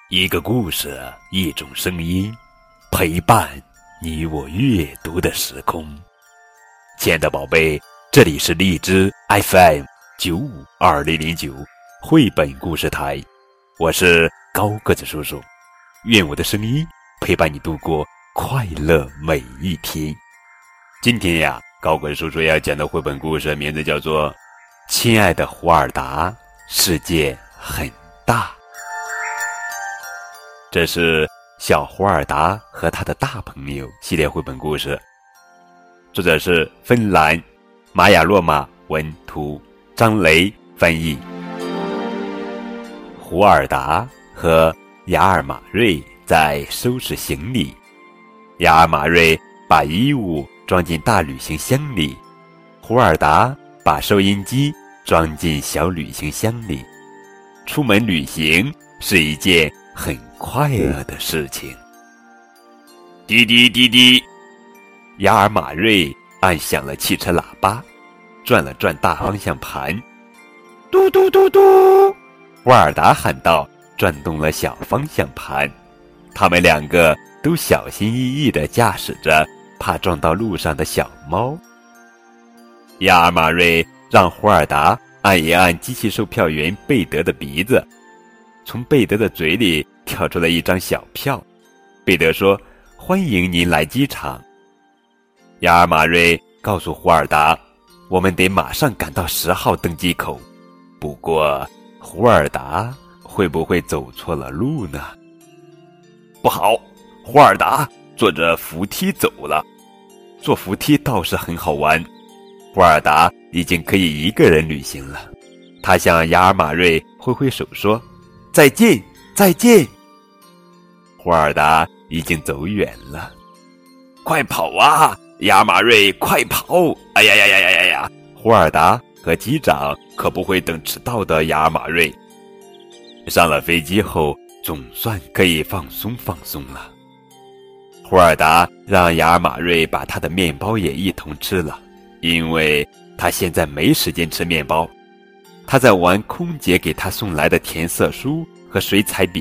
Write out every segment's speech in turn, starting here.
一个故事，一种声音，陪伴你我阅读的时空。亲爱的宝贝，这里是荔枝 FM952009 绘本故事台，我是高个子叔叔，愿我的声音陪伴你度过快乐每一天。今天呀，高个子叔叔要讲的绘本故事名字叫做《亲爱的胡尔达，世界很大》。这是小胡尔达和他的大朋友系列绘本故事，作者是芬兰玛雅洛玛文图，张雷翻译。胡尔达和雅尔马瑞在收拾行李，雅尔马瑞把衣物装进大旅行箱里，胡尔达把收音机装进小旅行箱里。出门旅行是一件很快乐的事情。滴滴滴滴，雅尔马瑞按响了汽车喇叭，转了转大方向盘。嘟嘟嘟嘟，胡尔达喊道，转动了小方向盘。他们两个都小心翼翼地驾驶着，怕撞到路上的小猫。雅尔马瑞让胡尔达按一按机器售票员贝德的鼻子，从贝德的嘴里跳出了一张小票。贝德说：“欢迎您来机场。”雅尔马瑞告诉胡尔达：“我们得马上赶到10号登机口。”不过，胡尔达会不会走错了路呢？不好，胡尔达坐着扶梯走了。坐扶梯倒是很好玩，胡尔达已经可以一个人旅行了。他向雅尔马瑞挥挥手说：“再见，再见。”胡尔达已经走远了。快跑啊，雅尔马瑞，快跑！哎呀呀呀呀呀呀！胡尔达和机长可不会等迟到的雅尔马瑞。上了飞机后，总算可以放松放松了。胡尔达让雅尔马瑞把他的面包也一同吃了，因为他现在没时间吃面包。他在玩空姐给他送来的填色书和水彩笔。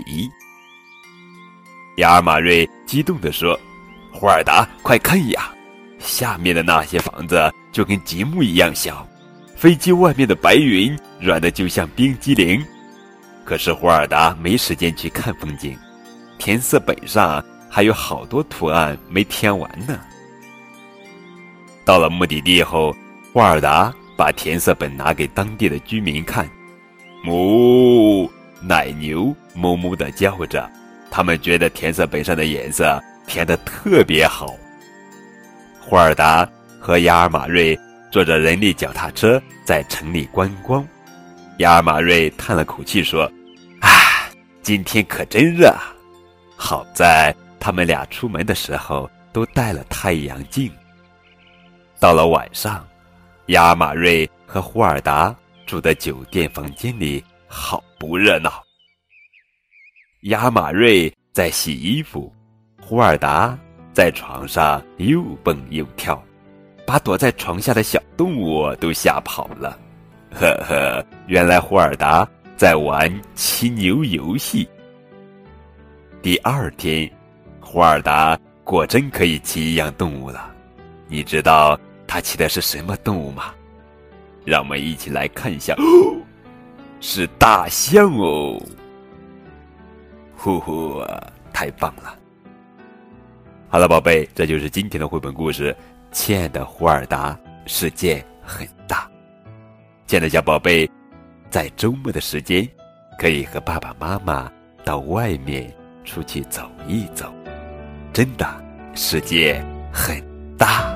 雅尔马瑞激动地说：“胡尔达，快看呀，下面的那些房子就跟积木一样小，飞机外面的白云软得就像冰激凌。”可是胡尔达没时间去看风景，填色本上还有好多图案没填完呢。到了目的地后，胡尔达把填色本拿给当地的居民看。哞，奶牛哞哞地叫着，他们觉得填色本上的颜色填得特别好。胡尔达和雅尔马瑞坐着人力脚踏车在城里观光。雅尔马瑞叹了口气说：“啊，今天可真热啊！”好在他们俩出门的时候都带了太阳镜。到了晚上，雅尔马瑞和胡尔达住的酒店房间里好不热闹。雅尔马瑞在洗衣服，胡尔达在床上又蹦又跳，把躲在床下的小动物都吓跑了。呵呵，原来胡尔达在玩骑牛游戏。第二天，胡尔达果真可以骑一样动物了。你知道他骑的是什么动物吗？让我们一起来看一下。是大象哦！呼呼，太棒了！好了，宝贝，这就是今天的绘本故事。亲爱的胡尔达，世界很大。亲爱的小宝贝，在周末的时间，可以和爸爸妈妈到外面出去走一走。真的，世界很大。